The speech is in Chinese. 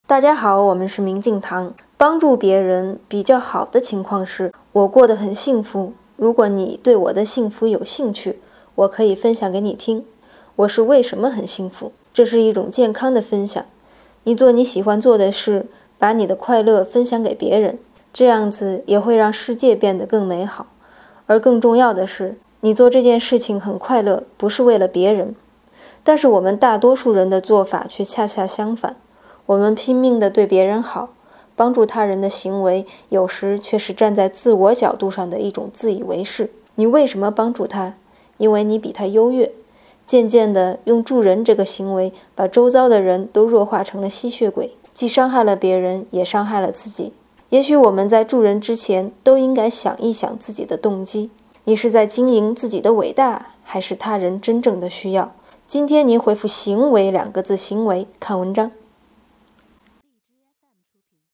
大家好，我们是明镜堂。帮助别人比较好的情况是，我过得很幸福。如果你对我的幸福有兴趣，我可以分享给你听。我是为什么很幸福？这是一种健康的分享。你做你喜欢做的事，把你的快乐分享给别人，这样子也会让世界变得更美好。而更重要的是，你做这件事情很快乐，不是为了别人。但是我们大多数人的做法却恰恰相反。我们拼命地对别人好，帮助他人的行为，有时却是站在自我角度上的一种自以为是。你为什么帮助他？因为你比他优越。渐渐地，用助人这个行为，把周遭的人都弱化成了吸血鬼，既伤害了别人，也伤害了自己。也许我们在助人之前，都应该想一想自己的动机。你是在经营自己的伟大，还是他人真正的需要？今天您回复行为2个字，行为，看文章。